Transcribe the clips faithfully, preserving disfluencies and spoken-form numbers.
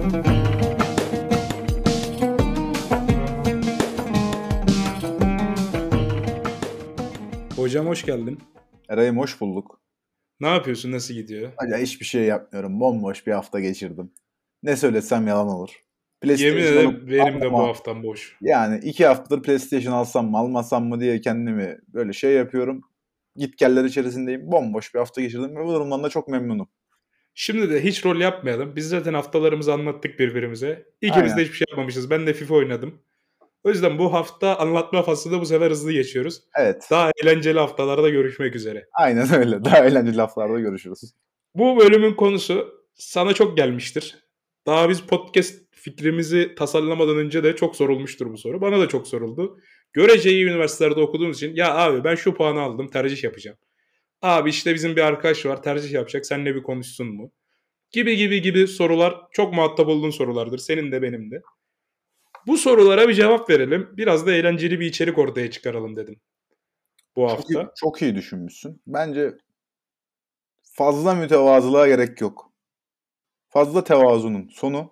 Hocam hoş geldin. Eray'ım hoş bulduk. Ne yapıyorsun? Nasıl gidiyor? Hala hiçbir şey yapmıyorum. Bomboş bir hafta geçirdim. Ne söylesem yalan olur. Yemin PlayStation alıp ederim benim de bu almama. haftam boş. Yani iki haftadır PlayStation alsam mı almasam mı diye kendimi böyle şey yapıyorum. Gitgeller içerisindeyim. Bomboş bir hafta geçirdim ve bu durumdan da çok memnunum. Şimdi de hiç rol yapmayalım. Biz zaten haftalarımızı anlattık birbirimize. İkimiz Aynen. de hiçbir şey yapmamışız. Ben de FIFA oynadım. O yüzden bu hafta anlatma faslında bu sefer hızlı geçiyoruz. Evet. Daha eğlenceli haftalarda görüşmek üzere. Aynen öyle. Daha eğlenceli laflarda görüşürüz. Bu bölümün konusu sana çok gelmiştir. Daha biz podcast fikrimizi tasarlamadan önce de çok sorulmuştur bu soru. Bana da çok soruldu. Görece iyi üniversitelerde okuduğumuz için ya abi ben şu puanı aldım tercih yapacağım. Abi işte bizim bir arkadaş var tercih yapacak seninle bir konuşsun mu? Gibi gibi gibi sorular çok muhatap olduğun sorulardır. Senin de benim de. Bu sorulara bir cevap verelim. Biraz da eğlenceli bir içerik ortaya çıkaralım dedim. Bu Çok iyi, hafta. çok iyi düşünmüşsün. Bence fazla mütevazılığa gerek yok. Fazla tevazunun sonu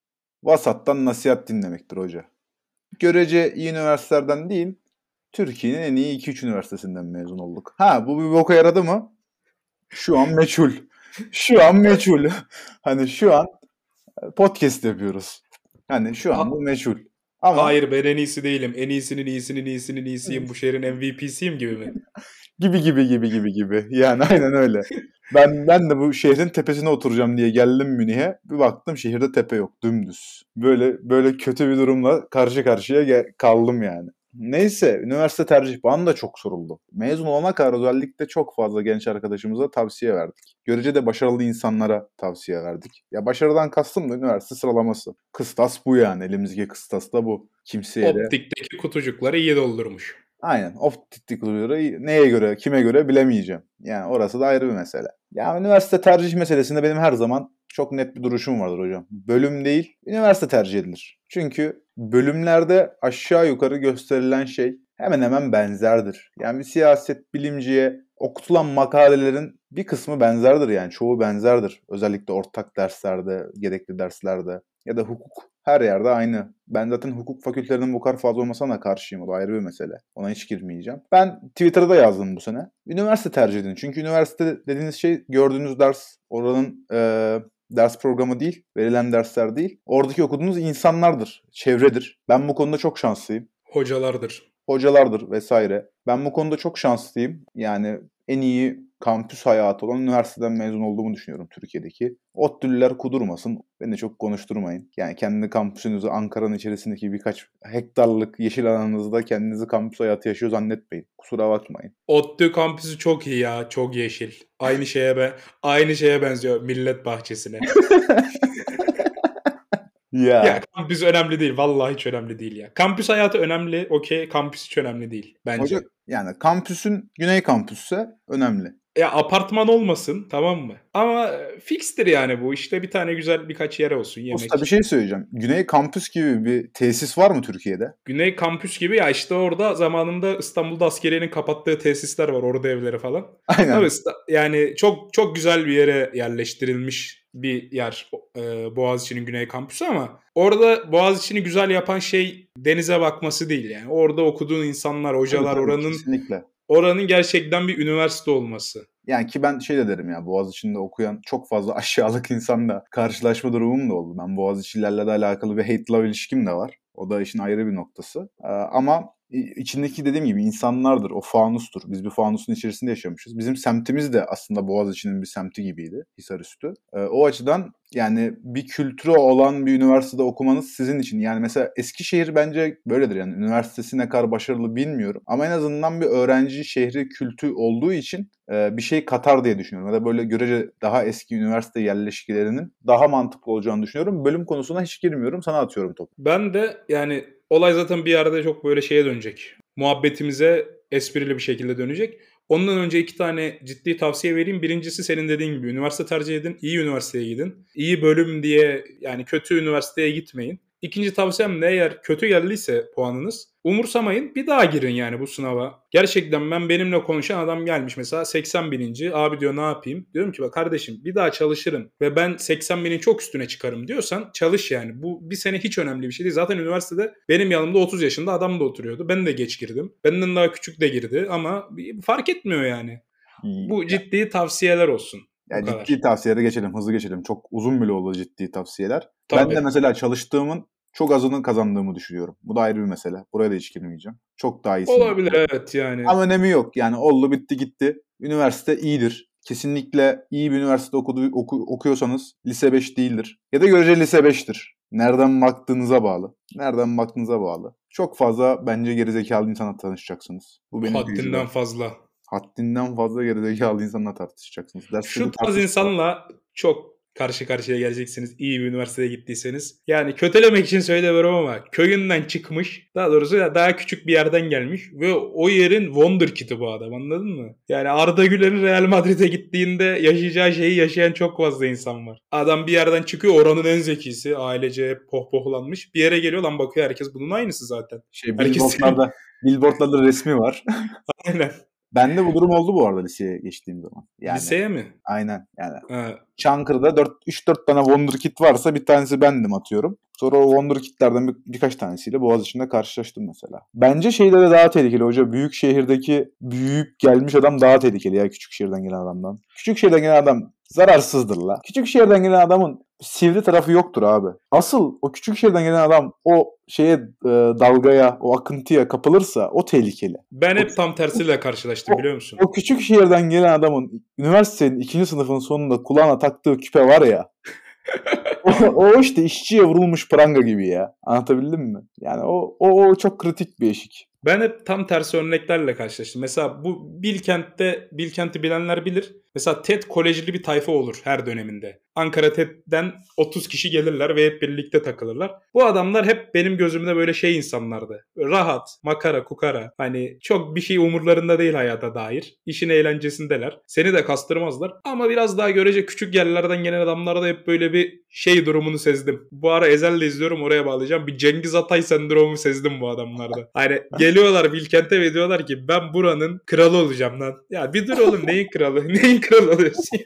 vasattan nasihat dinlemektir hoca. Görece iyi üniversitelerden değil, Türkiye'nin en iyi iki üç üniversitesinden mezun olduk. Ha bu bir boka yaradı mı? Şu an meçhul. Şu an meçhul. Hani şu an podcast yapıyoruz. Hani şu an bu meçhul. Ama Hayır ben en iyisi değilim. En iyisinin iyisinin iyisinin iyisiyim. Bu şehrin M V P'siyim gibi mi? gibi gibi gibi gibi gibi. Yani aynen öyle. Ben ben de bu şehrin tepesine oturacağım diye geldim Münih'e. Bir baktım şehirde tepe yok. Dümdüz. Böyle böyle kötü bir durumla karşı karşıya gel- kaldım yani. Neyse üniversite tercih bana da çok soruldu. Mezun olana kadar özellikle çok fazla genç arkadaşımıza tavsiye verdik. Görece de başarılı insanlara tavsiye verdik. Ya başarıdan kastım da üniversite sıralaması. Kıstas bu yani. Elimizdeki kıstas da bu. Kimseye de Optikteki kutucukları iyi doldurmuş. aynen optik göre neye göre kime göre bilemeyeceğim. Yani orası da ayrı bir mesele. Ya üniversite tercih meselesinde benim her zaman çok net bir duruşum vardır hocam. Bölüm değil, üniversite tercih edilir. Çünkü bölümlerde aşağı yukarı gösterilen şey hemen hemen benzerdir. Yani bir siyaset bilimciye okutulan makalelerin bir kısmı benzerdir yani çoğu benzerdir. Özellikle ortak derslerde, gerekli derslerde ya da hukuk her yerde aynı. Ben zaten hukuk fakültelerinin bu kadar fazla olmasına da karşıyım. O da ayrı bir mesele. Ona hiç girmeyeceğim. Ben Twitter'da yazdım bu sene. Üniversite tercih edin. Çünkü üniversite dediğiniz şey gördüğünüz ders oranın e, ders programı değil. Verilen dersler değil. Oradaki okuduğunuz insanlardır. Çevredir. Ben bu konuda çok şanslıyım. Hocalardır. Hocalardır vesaire. Ben bu konuda çok şanslıyım. Yani en iyi kampüs hayatı olan üniversiteden mezun olduğumu düşünüyorum Türkiye'deki. ODTÜ'lüler kudurmasın, beni çok konuşturmayın. Yani kendi kampüsünüzü Ankara'nın içerisindeki birkaç hektarlık yeşil alanınızda kendinizi kampüs hayatı yaşıyor zannetmeyin. Kusura bakmayın. ODTÜ kampüsü çok iyi ya, çok yeşil. Aynı şeye be, aynı şeye benziyor Millet Bahçesi'ne. Ya. Ya kampüs önemli değil, vallahi hiç önemli değil ya. Kampüs hayatı önemli, okey. Kampüs hiç önemli değil bence. Hoca, yani kampüsün Güney kampüsse önemli. Ya apartman olmasın, tamam mı? Ama fikstir yani bu. İşte bir tane güzel birkaç yer olsun yemek. Usta bir şey söyleyeceğim. Güney kampüs gibi bir tesis var mı Türkiye'de? Güney kampüs gibi ya işte orada zamanında İstanbul'da askeriyenin kapattığı tesisler var, orada evleri falan. Aynen. Tabii yani çok çok güzel bir yere yerleştirilmiş bir yer e, Boğaziçi'nin Güney kampüsü ama orada Boğaziçi'ni güzel yapan şey denize bakması değil yani. Orada okuduğun insanlar, hocalar, tabii, tabii, oranın kesinlikle. Oranın gerçekten bir üniversite olması. Yani ki ben şey de derim ya Boğaziçi'nde okuyan çok fazla aşağılık insanla karşılaşma durumum da oldu. Ben Boğaziçi'lerle de alakalı bir hate love ilişkim de var. O da işin ayrı bir noktası. Ee, ama içindeki dediğim gibi insanlardır. O fanustur. Biz bir fanusun içerisinde yaşamışız. Bizim semtimiz de aslında Boğaziçi'nin bir semti gibiydi. Hisarüstü. Ee, o açıdan yani bir kültürü olan bir üniversitede okumanız sizin için. Yani mesela Eskişehir bence böyledir yani. Üniversitesi ne kadar başarılı bilmiyorum. Ama en azından bir öğrenci şehri kültü olduğu için e, bir şey katar diye düşünüyorum. Ya da böyle görece daha eski üniversite yerleşkilerinin daha mantıklı olacağını düşünüyorum. Bölüm konusuna hiç girmiyorum. Sana atıyorum topu. Ben de yani olay zaten bir yerde çok böyle şeye dönecek. Muhabbetimize esprili bir şekilde dönecek. Ondan önce iki tane ciddi tavsiye vereyim. Birincisi senin dediğin gibi üniversite tercih edin. İyi üniversiteye gidin. İyi bölüm diye yani kötü üniversiteye gitmeyin. İkinci tavsiyem de eğer kötü geldiyse puanınız umursamayın, bir daha girin yani bu sınava. Gerçekten ben benimle konuşan adam gelmiş mesela seksen bininci. Abi diyor ne yapayım? Diyorum ki bak kardeşim bir daha çalışırım ve ben seksen binin çok üstüne çıkarım diyorsan çalış yani. Bu bir sene hiç önemli bir şey değil. Zaten üniversitede benim yanımda otuz yaşında adam da oturuyordu. Ben de geç girdim. Benden daha küçük de girdi ama fark etmiyor yani. Bu ciddi tavsiyeler olsun. Ya ciddi tavsiyelere geçelim, hızlı geçelim. Çok uzun bile oldu ciddi tavsiyeler. Tabii. Ben de mesela çalıştığımın çok azını kazandığımı düşünüyorum. Bu da ayrı bir mesele. Buraya da hiç girmeyeceğim. Çok daha iyisi. Olabilir evet yani. Ama önemi yok. Yani oldu bitti gitti. Üniversite iyidir. Kesinlikle iyi bir üniversitede okudu, oku, okuyorsanız lise beş değildir. Ya da görece lise beştir. Nereden baktığınıza bağlı. Nereden baktığınıza bağlı. Çok fazla bence gerizekalı insanla tanışacaksınız. Bu benim Haddinden tecrübem. fazla. Haddinden fazla gerizekalı insanla tartışacaksınız. Derste Şu tarz insanla çok karşı karşıya geleceksiniz iyi bir üniversiteye gittiyseniz. Yani kötülemek için söylemiyorum ama köyünden çıkmış, daha doğrusu daha küçük bir yerden gelmiş ve o yerin wonderkid'i bu adam, anladın mı? Yani Arda Güler'in Real Madrid'e gittiğinde yaşayacağı şeyi yaşayan çok fazla insan var. Adam bir yerden çıkıyor, oranın en zekisi, ailece pohpohlanmış, bir yere geliyor lan bakıyor herkes bunun aynısı zaten. Şey, billboardlarda, billboardlarda resmi var. Aynen. Bende bu durum oldu bu arada liseye geçtiğim zaman. Yani, liseye mi? Aynen yani. Ha. Çankırı'da üç dört tane Wonderkid varsa bir tanesi bendim atıyorum. Sonra o Wonderkid'lerden bir, birkaç tanesiyle Boğaziçi'nde karşılaştım mesela. Bence şeyde de daha tehlikeli hoca. Büyük şehirdeki büyük gelmiş adam daha tehlikeli ya küçük şehirden gelen adamdan. Küçük şehirden gelen adam zararsızdır la. Küçük şehirden gelen adamın sivri tarafı yoktur abi. Asıl o küçük şehirden gelen adam o şeye e, dalgaya, o akıntıya kapılırsa o tehlikeli. Ben o, hep tam tersiyle karşılaştım o, biliyor musun? O küçük şehirden gelen adamın üniversitenin ikinci sınıfın sonunda kulağına taktığı küpe var ya. o, o işte işçiye vurulmuş pranga gibi ya. Anlatabildim mi? Yani o, o, o çok kritik bir eşik. Ben hep tam tersi örneklerle karşılaştım. Mesela bu Bilkent'te, Bilkent'i bilenler bilir. Mesela TED kolejli bir tayfa olur her döneminde. Ankara TED'den otuz kişi gelirler ve hep birlikte takılırlar. Bu adamlar hep benim gözümde böyle şey insanlardı. Rahat, makara, kukara. Hani çok bir şey umurlarında değil hayata dair. İşin eğlencesindeler. Seni de kastırmazlar. Ama biraz daha görece küçük yerlerden gelen adamlarda hep böyle bir şey durumunu sezdim. Bu ara Ezel'le izliyorum, oraya bağlayacağım. Bir Cengiz Atay sendromu sezdim bu adamlarda. Hani geliyorlar Bilkent'e ve diyorlar ki ben buranın kralı olacağım lan. Ya bir dur oğlum, neyin kralı? Neyin kralı oluyorsun?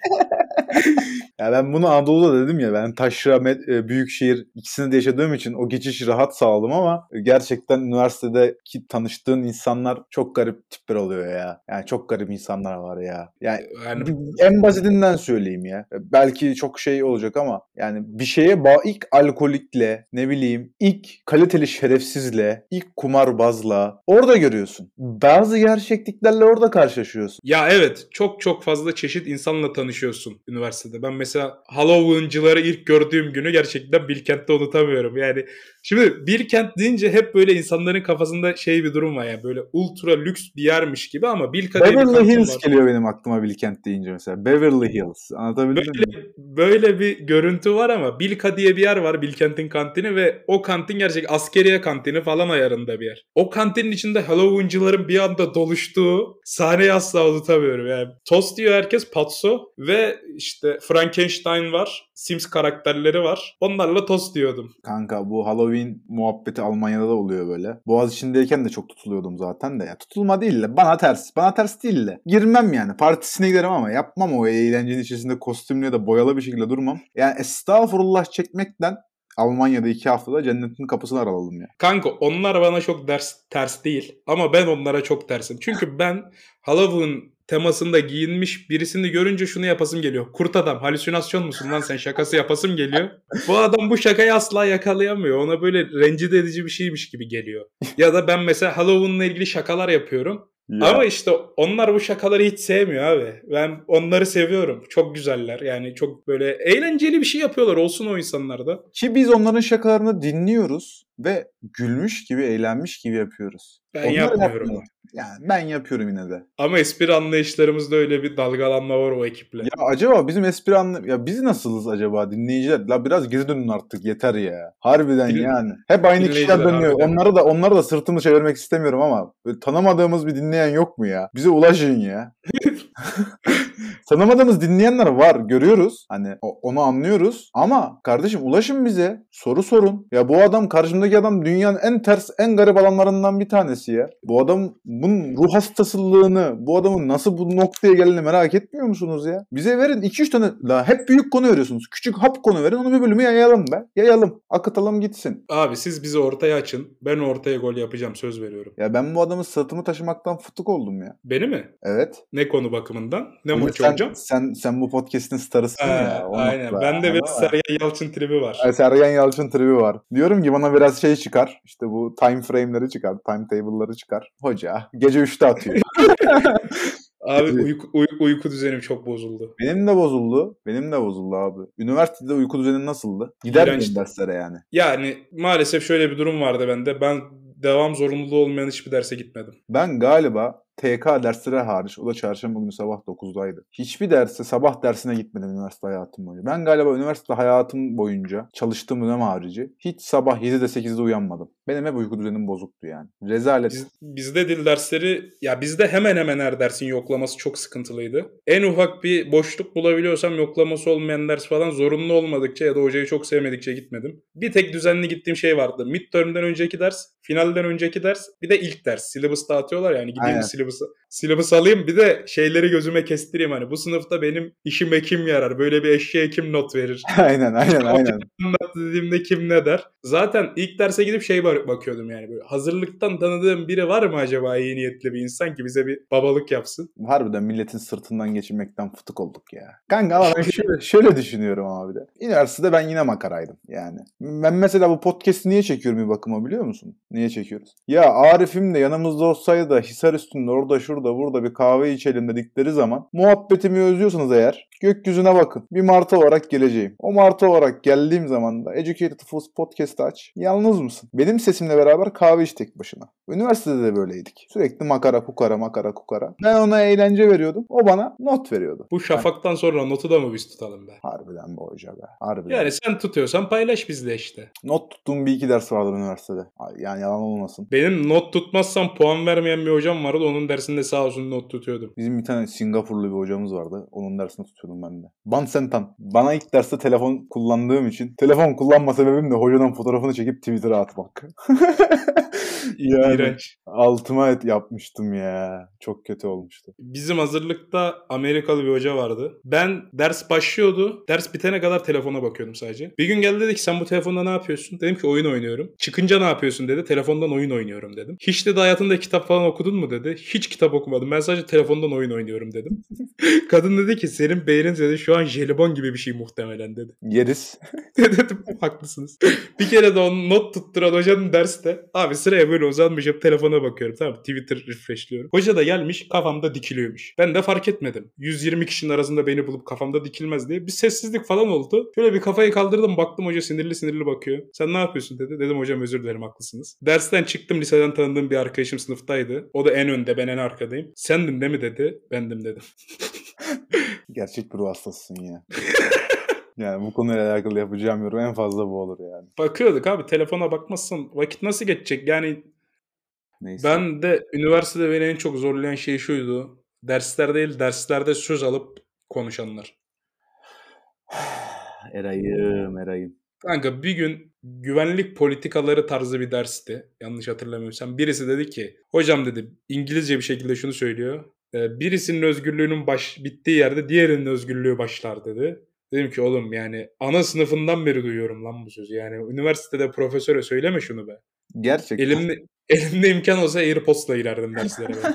Ya ben bunu Anadolu'da dedim ya, ben taşra, büyükşehir ikisini de yaşadığım için o geçişi rahat sağladım ama gerçekten üniversitedeki tanıştığın insanlar çok garip tipler oluyor ya. Yani çok garip insanlar var ya. Yani, yani en basitinden söyleyeyim ya. Belki çok şey olacak ama yani bir şeye bağ, ilk alkolikle, ne bileyim ilk kaliteli şerefsizle, ilk kumarbazla orada görüyorsun. Bazı gerçekliklerle orada karşılaşıyorsun. Ya evet, çok çok fazla çeşit insanla tanışıyorsun üniversitede. Ben mesela Halloween'cıları ilk gördüğüm günü gerçekten Bilkent'te unutamıyorum. Yani şimdi Bilkent deyince hep böyle insanların kafasında şey bir durum var ya, böyle ultra lüks bir yermiş gibi ama Bilkent'te Beverly Hills var. Geliyor benim aklıma Bilkent deyince mesela. Beverly Hills. Anlatabildim böyle, mi? Böyle bir görüntü var ama Bilka diye bir yer var, Bilkent'in kantini, ve o kantin gerçek askeriye kantini falan ayarında bir yer. O kantinin içinde Halloween'cıların bir anda doluştuğu sahneyi asla unutamıyorum. Yani tost diyor herkes, patso ve işte Frankenstein var, Sims karakterleri var. Onlarla tost diyordum. Kanka bu Halloween muhabbeti Almanya'da da oluyor böyle. Boğaziçi'ndeyken de çok tutuluyordum zaten de. Ya tutulma değil de bana ters. Bana ters değil de. Girmem yani. Partisine giderim ama yapmam o eğlencenin içerisinde kostümlü ya da boyalı bir şekilde durmam. Yani estağfurullah çekmekten Almanya'da iki haftada cennetin kapısını araladım ya. Kanka onlar bana çok ders, ters değil ama ben onlara çok tersim. Çünkü ben Halloween temasında giyinmiş birisini görünce şunu yapasım geliyor. Kurt adam, halüsinasyon musun lan sen, şakası yapasım geliyor. Bu adam bu şakayı asla yakalayamıyor. Ona böyle rencide edici bir şeymiş gibi geliyor. Ya da ben mesela Halloween'la ilgili şakalar yapıyorum. Ya. Ama işte onlar bu şakaları hiç sevmiyor abi. Ben onları seviyorum. Çok güzeller. Yani çok böyle eğlenceli bir şey yapıyorlar. Olsun o insanlar da. Ki biz onların şakalarını dinliyoruz ve gülmüş gibi, eğlenmiş gibi yapıyoruz. Ben Onlar yapmıyorum. Yapmıyor. Yani ben yapıyorum yine de. Ama espri anlayışlarımızda öyle bir dalgalanma var o ekiple. Ya acaba bizim espri anla... Ya biz nasılız acaba dinleyiciler? La biraz geri dönün artık, yeter ya. Harbiden Din... yani. Hep aynı kişiler dönüyor. Harbiden. Onları da onları da sırtımı çevirmek istemiyorum ama böyle tanımadığımız bir dinleyen yok mu ya? Bize ulaşın ya. Tanımadığımız dinleyenler var. Görüyoruz. Hani onu anlıyoruz. Ama kardeşim ulaşın bize. Soru sorun. Ya bu adam, karşımdaki adam dünyanın en ters, en garip adamlarından bir tanesi ya. Bu adam bunun ruh hastasılığını, bu adamın nasıl bu noktaya geldiğini merak etmiyor musunuz ya? Bize verin iki üç tane. La hep büyük konu veriyorsunuz. Küçük hap konu verin. Onu bir bölümü yayalım be. Yayalım. Akıtalım gitsin. Abi siz bizi ortaya açın. Ben ortaya gol yapacağım. Söz veriyorum. Ya ben bu adamın sırtımı taşımaktan fıtık oldum ya. Beni mi? Evet. Ne konu bakımından? Ne Ama maçı sen, hocam? Sen sen bu podcast'in starısın Ee, ya. aynen. Bende bir Sergen Yalçın tribi var. Sergen Yalçın tribi var. Diyorum ki bana biraz şey çıkar. İşte bu time frame'leri çıkar. Timetable'ları çıkar. Hoca gece üçte atıyor. Abi uyku, uyku, uyku düzenim çok bozuldu. Benim de bozuldu. Benim de bozuldu abi. Üniversitede uyku düzenin nasıldı? Gider miyim derslere yani? Yani maalesef şöyle bir durum vardı bende. Ben devam zorunluluğu olmayan hiçbir derse gitmedim. Ben galiba T K dersleri hariç, o da çarşamba günü sabah dokuzdaydı. Hiçbir derse, sabah dersine gitmedim üniversite hayatım boyunca. Ben galiba üniversite hayatım boyunca çalıştığım dönem harici hiç sabah yedide sekizde uyanmadım. Benim hep uyku düzenim bozuktu yani. Rezalet. Biz, bizde dil dersleri, ya bizde hemen hemen her dersin yoklaması çok sıkıntılıydı. En ufak bir boşluk bulabiliyorsam yoklaması olmayan ders falan zorunlu olmadıkça ya da hocayı çok sevmedikçe gitmedim. Bir tek düzenli gittiğim şey vardı. Midterm'den önceki ders, finalden önceki ders, bir de ilk ders. Syllabus dağıtıyorlar yani, gideyim bir syllabus'ı. Syllabus alayım, bir de şeyleri gözüme kestireyim, hani bu sınıfta benim işime kim yarar, böyle bir eşeğe kim not verir. Aynen aynen aynen. Anlat dediğimde kim ne der. Zaten ilk derse gidip şey bakıyordum yani, böyle hazırlıktan tanıdığım biri var mı acaba iyi niyetli bir insan ki bize bir babalık yapsın. Harbiden milletin sırtından geçinmekten fıtık olduk ya. Kanka ama ben şöyle, şöyle düşünüyorum abi de. Üniversitede ben yine makaraydım yani. Ben mesela bu podcast'i niye çekiyorum bir bakıma biliyor musun? Niye çekiyoruz? Ya Arif'im de yanımızda olsaydı da Hisar üstünde orada şurada burada bir kahve içelim dedikleri zaman, muhabbetimi özlüyorsanız eğer gökyüzüne bakın. Bir martı olarak geleceğim. O martı olarak geldiğim zaman da Educated Fools Podcast'ı aç. Yalnız mısın? Benim sesimle beraber kahve iç tek başına. Üniversitede de böyleydik. Sürekli makara kukara makara kukara. Ben ona eğlence veriyordum. O bana not veriyordu. Bu şafaktan sonra notu da mı biz tutalım be? Harbiden bu hoca be. Harbiden. Yani sen tutuyorsan paylaş bizle işte. Not tuttuğum bir iki ders vardır üniversitede. Yani yalan olmasın. Benim not tutmazsam puan vermeyen bir hocam vardı. Onun dersinde sağ olsun not tutuyordum. Bizim bir tane Singapurlu bir hocamız vardı. Onun dersini tutuyordum ben de. Ban Sentan. Bana ilk derste telefon kullandığım için, telefon kullanma sebebim de hocadan fotoğrafını çekip Twitter'a atmak. Yani İğrenç. Altıma et yapmıştım ya. Çok kötü olmuştu. Bizim hazırlıkta Amerikalı bir hoca vardı. Ben ders başlıyordu. Ders bitene kadar telefona bakıyordum sadece. Bir gün geldi, dedi ki sen bu telefonda ne yapıyorsun? Dedim ki oyun oynuyorum. Çıkınca ne yapıyorsun dedi. Telefondan oyun oynuyorum dedim. Hiç dedi hayatında kitap falan okudun mu dedi. Hiç kitap okumadım. Ben sadece telefondan oyun oynuyorum dedim. Kadın dedi ki senin beynin dedi şu an jelibon gibi bir şey muhtemelen dedi. Yeriz. Dedim haklısınız. Bir kere de onu not tutturan hocanın derste abi sıraya böyle uzanmışım telefona bakıyorum, tamam mı? Twitter refreshliyorum. Hoca da gelmiş kafamda dikiliyormuş. Ben de fark etmedim. yüz yirmi kişinin arasında beni bulup kafamda dikilmez diye bir sessizlik falan oldu. Şöyle bir kafayı kaldırdım, baktım hoca sinirli sinirli bakıyor. Sen ne yapıyorsun dedi. Dedim hocam özür dilerim haklısınız. Dersten çıktım, liseden tanıdığım bir arkadaşım sınıftaydı. O da en önde, ben en arkadayım. Sendin değil mi dedi. Bendim dedim. Gerçek bir ruh hastasısın ya. Yani bu konuyla alakalı yapacağım yorum en fazla bu olur yani. Bakıyorduk abi, telefona bakmazsan vakit nasıl geçecek? Yani neyse. Ben de üniversitede beni en çok zorlayan şey şuydu. Dersler değil, derslerde söz alıp konuşanlar. Eray'ım, Eray'ım. Kanka bir gün güvenlik politikaları tarzı bir dersti. Yanlış hatırlamıyorsam. Birisi dedi ki, hocam dedi, İngilizce bir şekilde şunu söylüyor. Birisinin özgürlüğünün baş, bittiği yerde diğerinin özgürlüğü başlar dedi. Dedim ki oğlum yani ana sınıfından beri duyuyorum lan bu sözü. Yani üniversitede profesöre söyleme şunu be. Gerçekten. Elimde, elimde imkan olsa AirPods'la girerdim derslere ben.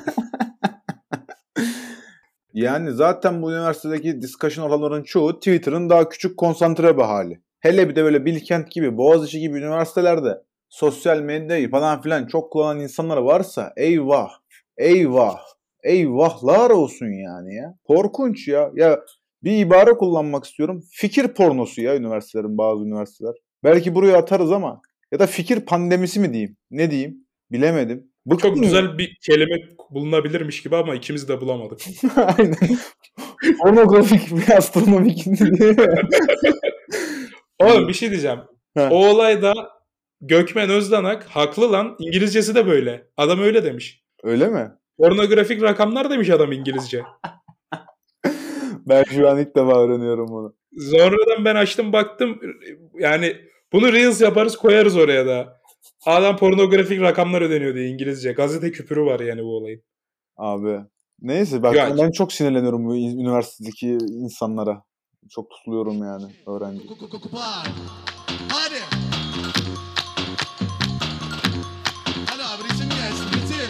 Yani zaten bu üniversitedeki discussion ortamlarının çoğu Twitter'ın daha küçük konsantre bir hali. Hele bir de böyle Bilkent gibi, Boğaziçi gibi üniversitelerde sosyal medyayı falan filan çok kullanan insanlar varsa eyvah, eyvah, eyvahlar olsun yani ya. Korkunç ya. Ya bir ibare kullanmak istiyorum. Fikir pornosu ya üniversitelerin, bazı üniversiteler. Belki buraya atarız ama ya da fikir pandemisi mi diyeyim? Ne diyeyim? Bilemedim. Bu çok güzel bir kelime bulunabilirmiş gibi ama ikimiz de bulamadık. Aynen. Pornografik ve astronomik. Oğlum bir şey diyeceğim. Ha. O olayda Gökmen Özdanak haklı lan. İngilizcesi de böyle. Adam öyle demiş. Öyle mi? Pornografik rakamlar demiş adam İngilizce. Ben şu an ilk defa öğreniyorum bunu. Sonradan ben açtım baktım. Yani bunu Reels yaparız koyarız oraya da. Adam pornografik rakamlar ödeniyor diye İngilizce. Gazete küpürü var yani bu olayın. Abi. Neyse bak Ya, ben çok sinirleniyorum bu üniversitedeki insanlara. Çok tutuluyorum yani öğrenci. Hadi. Hadi abi ritim gelsin ritim.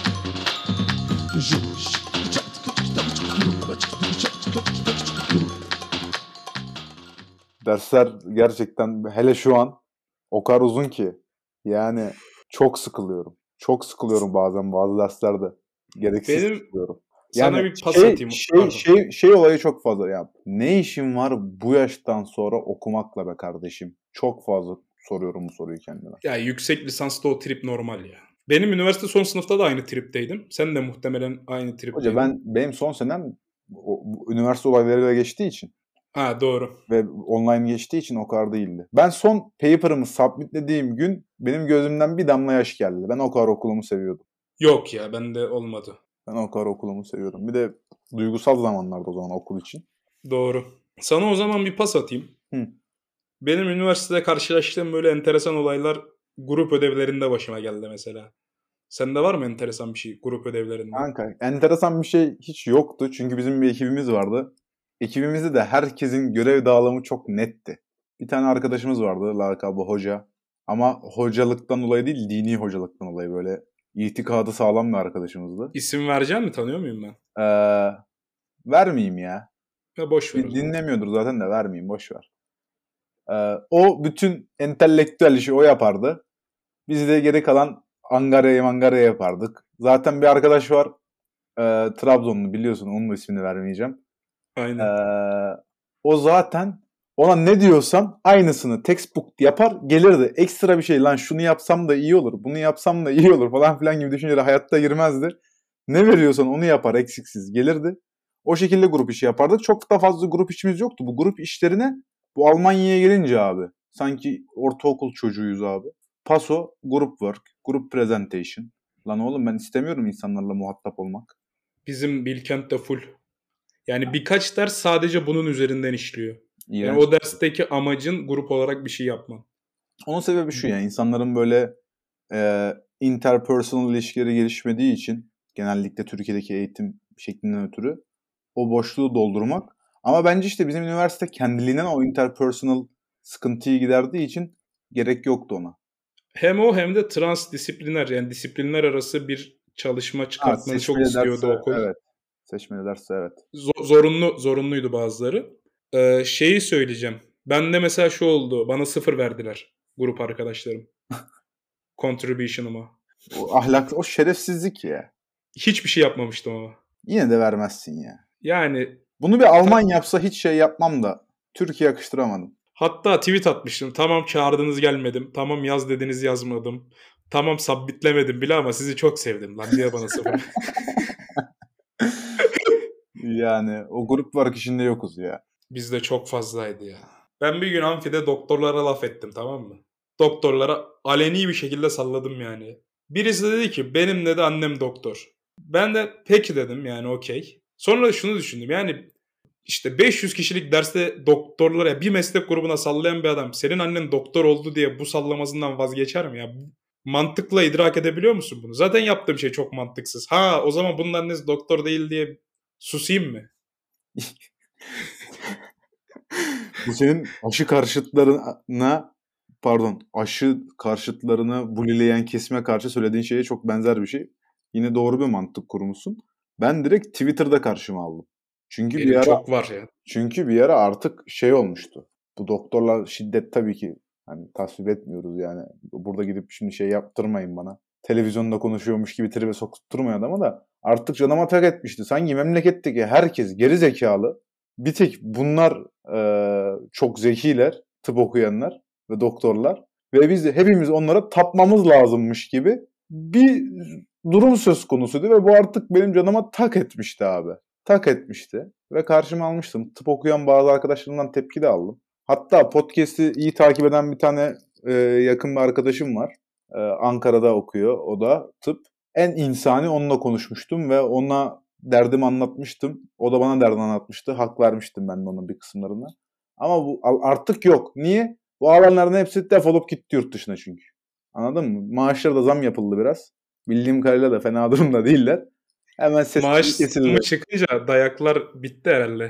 Dersler gerçekten hele şu an o kadar uzun ki. Yani çok sıkılıyorum. Çok sıkılıyorum bazen bazı derslerde. Gereksiz Benim sıkılıyorum. sana Yani bir pas şey, atayım. şey, Pardon. şey, şey olayı çok fazla ya. Ne işin var bu yaştan sonra okumakla be kardeşim? Çok fazla soruyorum bu soruyu kendime. Ya yüksek lisansta o trip normal ya. Benim üniversite son sınıfta da aynı tripteydim. Sen de muhtemelen aynı tripteydin. Hoca ben benim son senem o, bu üniversite olaylarıyla geçtiği için Ha doğru. ve online geçtiği için o kadar değildi. Ben son paper'ımı submitlediğim gün benim gözümden bir damla yaş geldi. Ben o kadar okulumu seviyordum. Yok ya bende olmadı. Ben o kadar okulumu seviyordum. Bir de duygusal zamanlarda o zaman okul için. Doğru. Sana o zaman bir pas atayım. Hı. Benim üniversitede karşılaştığım böyle enteresan olaylar grup ödevlerinde başıma geldi mesela. Sende var mı enteresan bir şey grup ödevlerinde? Kanka enteresan bir şey hiç yoktu. Çünkü bizim bir ekibimiz vardı. Ekibimizde de herkesin görev dağılımı çok netti. Bir tane arkadaşımız vardı lakabı hoca. Ama hocalıktan dolayı değil dini hocalıktan dolayı böyle itikadı sağlam bir arkadaşımızdı. İsim vereceğim mi? Tanıyor muyum ben? Ee, vermeyeyim ya. Ya boş ver o zaman. Dinlemiyordur zaten de vermeyeyim boş ver. Ee, o bütün entelektüel işi o yapardı. Biz de geri kalan angarya mangarya yapardık. Zaten bir arkadaş var e, Trabzonlu biliyorsun onun da ismini vermeyeceğim. Aynen. Ee, o zaten ona ne diyorsam aynısını textbook yapar gelirdi. Ekstra bir şey lan şunu yapsam da iyi olur bunu yapsam da iyi olur falan filan gibi düşünceler hayatta girmezdi. Ne veriyorsan onu yapar eksiksiz gelirdi. O şekilde grup işi yapardık. Çok da fazla grup işimiz yoktu. Bu grup işlerine bu Almanya'ya gelince abi sanki ortaokul çocuğuyuz abi. Paso, group work, group presentation. Lan oğlum ben istemiyorum insanlarla muhatap olmak. Bizim Bilkent'te full. Yani birkaç ders sadece bunun üzerinden işliyor. Yani İğrenç. o dersteki amacın grup olarak bir şey yapman. Onun sebebi şu yani insanların böyle e, interpersonal ilişkileri gelişmediği için genellikle Türkiye'deki eğitim şeklinden ötürü o boşluğu doldurmak. Ama bence işte bizim üniversite kendiliğinden o interpersonal sıkıntıyı giderdiği için gerek yoktu ona. Hem o hem de transdisipliner yani disiplinler arası bir çalışma çıkartmanı çok istiyordu derse, okul. Evet. Seçmeli derse evet. Zo- zorunlu zorunluydu bazıları. Ee, şeyi söyleyeceğim. Bende mesela şu oldu. Bana sıfır verdiler grup arkadaşlarım. Contribution'ıma. O ahlak, o şerefsizlik ya. Hiçbir şey yapmamıştım ama. Yine de vermezsin ya. Yani Bunu bir Alman yapsa hiç şey yapmam da Türkiye yakıştıramadım. hatta tweet atmıştım. Tamam çağırdınız gelmedim. Tamam yaz dediniz yazmadım. Tamam sabbitlemedim bile ama sizi çok sevdim lan diye bana sıfır. Yani o grup var işinde yokuz ya. Bizde çok fazlaydı ya. Ben bir gün amfide doktorlara laf ettim tamam mı? Doktorlara aleni bir şekilde salladım yani. Birisi de dedi ki benim dedi annem doktor. Ben de peki dedim yani okey. Sonra şunu düşündüm yani işte beş yüz kişilik derste doktorlara bir meslek grubuna sallayan bir adam senin annen doktor oldu diye bu sallamasından vazgeçer mi ya? Mantıkla idrak edebiliyor musun bunu? Zaten yaptığım şey çok mantıksız. Ha o zaman bunun annesi doktor değil diye susayım mı? Bu senin aşı karşıtlarına pardon aşı karşıtlarını bulileyen kesime karşı söylediğin şeye çok benzer bir şey. Yine doğru bir mantık kurmuşsun. Ben direkt Twitter'da karşıma aldım. Çünkü Benim bir ara çok var ya. çünkü bir ara artık şey olmuştu. Bu doktorlar şiddet tabii ki hani tasvip etmiyoruz yani. Burada gidip şimdi şey yaptırmayın bana. Televizyonda konuşuyormuş gibi tribe sokturmayın adama da artık canıma tak etmişti. Sanki memleketteki herkes geri zekalı. Bir tek bunlar e, çok zekiler, tıp okuyanlar ve doktorlar. Ve biz de hepimiz onlara tapmamız lazımmış gibi bir durum söz konusuydu. Ve bu artık benim canıma tak etmişti abi. Tak etmişti. Ve karşıma almıştım. Tıp okuyan bazı arkadaşlarımdan tepki de aldım. Hatta podcast'i iyi takip eden bir tane e, yakın bir arkadaşım var. E, Ankara'da okuyor. O da tıp. En insani onunla konuşmuştum ve ona derdimi anlatmıştım. O da bana derdini anlatmıştı. Hak vermiştim ben de onun bir kısımlarına. Ama bu artık yok. Niye? Bu alanların hepsi defolup gitti yurt dışına çünkü. Anladın mı? Maaşlara da zam yapıldı biraz. Bildiğim kadarıyla da fena durumda değiller. Hemen sesleri Maaş zammı kesildi. çıkınca dayaklar bitti herhalde.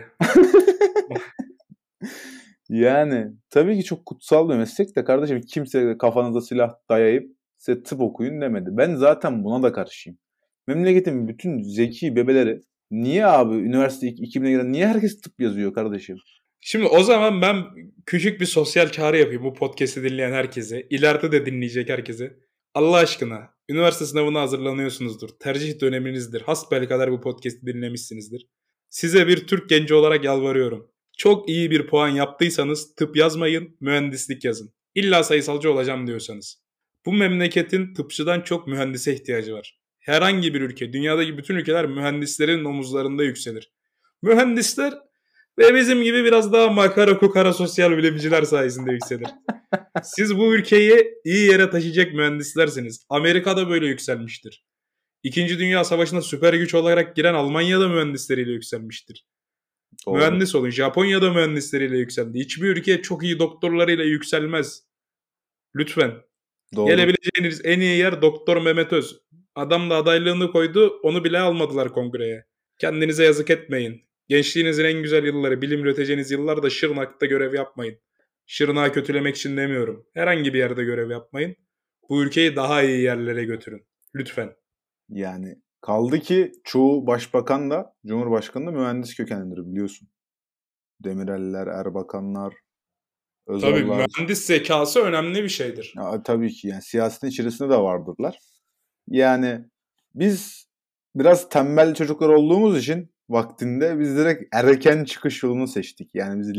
Yani tabii ki çok kutsal bir meslek de kardeşim, kimse kafanıza silah dayayıp size tıp okuyun demedi. Ben zaten buna da karşıyım. Memleketin bütün zeki bebeleri niye abi üniversite iki bine giren niye herkes tıp yazıyor kardeşim? Şimdi o zaman ben küçük bir sosyal çağrı yapayım bu podcast'i dinleyen herkese. İleride de dinleyecek herkese. Allah aşkına üniversite sınavına hazırlanıyorsunuzdur. Tercih döneminizdir. Hasbelkader bu podcast'i dinlemişsinizdir. Size bir Türk genci olarak yalvarıyorum. Çok iyi bir puan yaptıysanız tıp yazmayın, mühendislik yazın. İlla sayısalcı olacağım diyorsanız. Bu memleketin tıpçıdan çok mühendise ihtiyacı var. Herhangi bir ülke, dünyadaki bütün ülkeler mühendislerin omuzlarında yükselir. Mühendisler ve bizim gibi biraz daha makara kukara sosyal bilimciler sayesinde yükselir. Siz bu ülkeyi iyi yere taşıyacak mühendislersiniz. Amerika'da böyle yükselmiştir. İkinci Dünya Savaşı'na süper güç olarak giren Almanya'da mühendisleriyle yükselmiştir. Doğru. Mühendis olun. Japonya'da mühendisleriyle yükseldi. Hiçbir ülke çok iyi doktorlarıyla yükselmez. Lütfen. Doğru. Gelebileceğiniz en iyi yer Doktor Mehmet Öz. Adam da adaylığını koydu. Onu bile almadılar kongreye. Kendinize yazık etmeyin. Gençliğinizin en güzel yılları, bilim üreteceğiniz yıllarda Şırnak'ta görev yapmayın. Şırnak'ı kötülemek için demiyorum. Herhangi bir yerde görev yapmayın. Bu ülkeyi daha iyi yerlere götürün. Lütfen. Yani kaldı ki çoğu başbakan da Cumhurbaşkanı da mühendis kökenlidir biliyorsun. Demirel'ler, Erbakanlar, Özal'lar. Tabii mühendis zekası önemli bir şeydir. Ya, tabii ki yani siyasetin içerisinde de vardırlar. Yani biz biraz tembel çocuklar olduğumuz için vaktinde biz direkt erken çıkış yolunu seçtik. Yani biz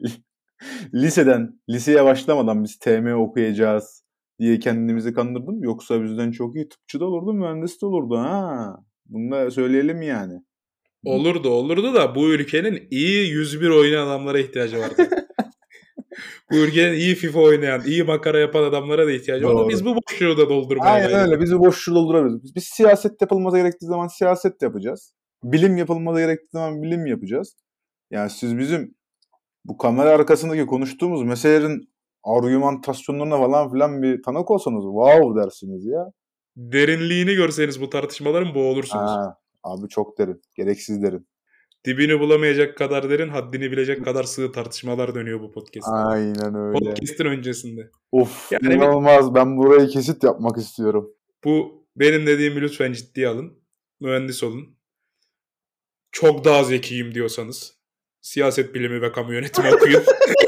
liseden, liseye başlamadan biz T M okuyacağız diye kendimizi kandırdım. Yoksa bizden çok iyi tıpçı da olurdu, mühendis de olurdu ha. Bunu da söyleyelim yani. Olurdu olurdu da bu ülkenin iyi yüz bir oynayan adamlara ihtiyacı vardı. Bu ülkenin iyi FIFA oynayan, iyi makara yapan adamlara da ihtiyacı vardı. Biz bu boşluğu da doldurmaya Aynen gayret öyle. Biz bu boşluğu doldurabiliriz. Biz, biz siyaset yapılması gerektiği zaman siyaset yapacağız. Bilim yapılması gerektiği zaman bilim yapacağız. Yani siz bizim bu kamera arkasındaki konuştuğumuz meselelerin argümantasyonlarına falan filan bir tanık olsanız wow dersiniz ya. Derinliğini görseniz bu tartışmaların boğulursunuz. Ha, abi çok derin. Gereksiz derin. Dibini bulamayacak kadar derin, haddini bilecek kadar sığ tartışmalar dönüyor bu podcast'te. Aynen öyle. Podcast'in öncesinde. Of Yani inanılmaz. Ben burayı kesit yapmak istiyorum. Bu benim dediğimi lütfen ciddiye alın. Mühendis olun. Çok daha zekiyim diyorsanız siyaset bilimi ve kamu yönetimi okuyun.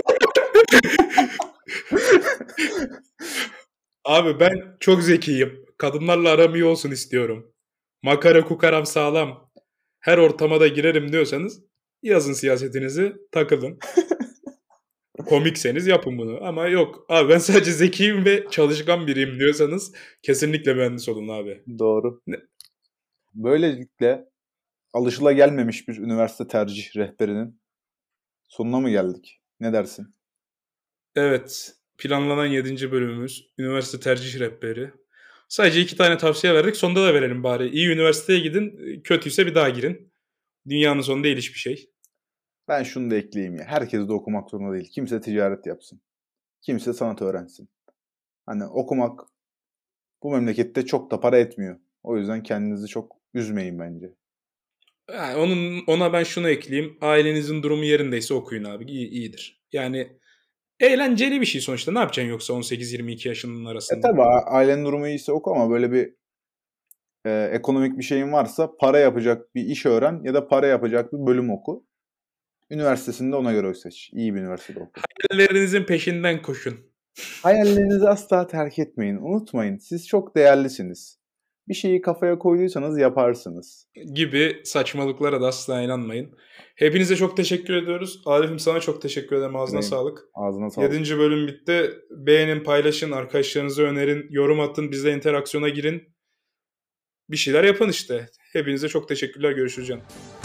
Abi ben çok zekiyim. Kadınlarla aram iyi olsun istiyorum. Makara kukaram sağlam. Her ortama da girerim diyorsanız yazın siyasetinizi, takılın. Komikseniz yapın bunu. Ama yok abi ben sadece zekiyim ve çalışkan biriyim diyorsanız kesinlikle mühendis olun abi. Doğru. Ne? Böylelikle alışılagelmemiş bir üniversite tercih rehberinin sonuna mı geldik? Ne dersin? Evet. Planlanan yedinci bölümümüz. Üniversite tercih rehberi. Sadece iki tane tavsiye verdik. Sonunda da verelim bari. İyi üniversiteye gidin. Kötüyse bir daha girin. Dünyanın sonu değil hiçbir şey. Ben şunu da ekleyeyim ya. Herkes de okumak zorunda değil. Kimse ticaret yapsın. Kimse sanat öğrensin. Hani okumak bu memlekette çok da para etmiyor. O yüzden kendinizi çok üzmeyin bence. Yani onun ona ben şunu ekleyeyim. Ailenizin durumu yerindeyse okuyun abi. İyi, iyidir. Yani eğlenceli bir şey sonuçta. Ne yapacaksın yoksa on sekiz yirmi iki yaşının arasında? E tabi ailenin durumu iyiyse oku ama böyle bir e, ekonomik bir şeyin varsa para yapacak bir iş öğren ya da para yapacak bir bölüm oku. Üniversitesinde ona göre seç. İyi bir üniversitede oku. Hayallerinizin peşinden koşun. Hayallerinizi asla terk etmeyin. Unutmayın. Siz çok değerlisiniz. Bir şeyi kafaya koyduysanız yaparsınız. Gibi saçmalıklara da asla inanmayın. Hepinize çok teşekkür ediyoruz. Arif'im sana çok teşekkür ederim. Ağzına Benim, sağlık. Ağzına sağlık. Yedinci bölüm bitti. Beğenin, paylaşın, arkadaşlarınıza önerin, yorum atın, bizle interaksiyona girin. Bir şeyler yapın işte. Hepinize çok teşekkürler. Görüşürüz canım.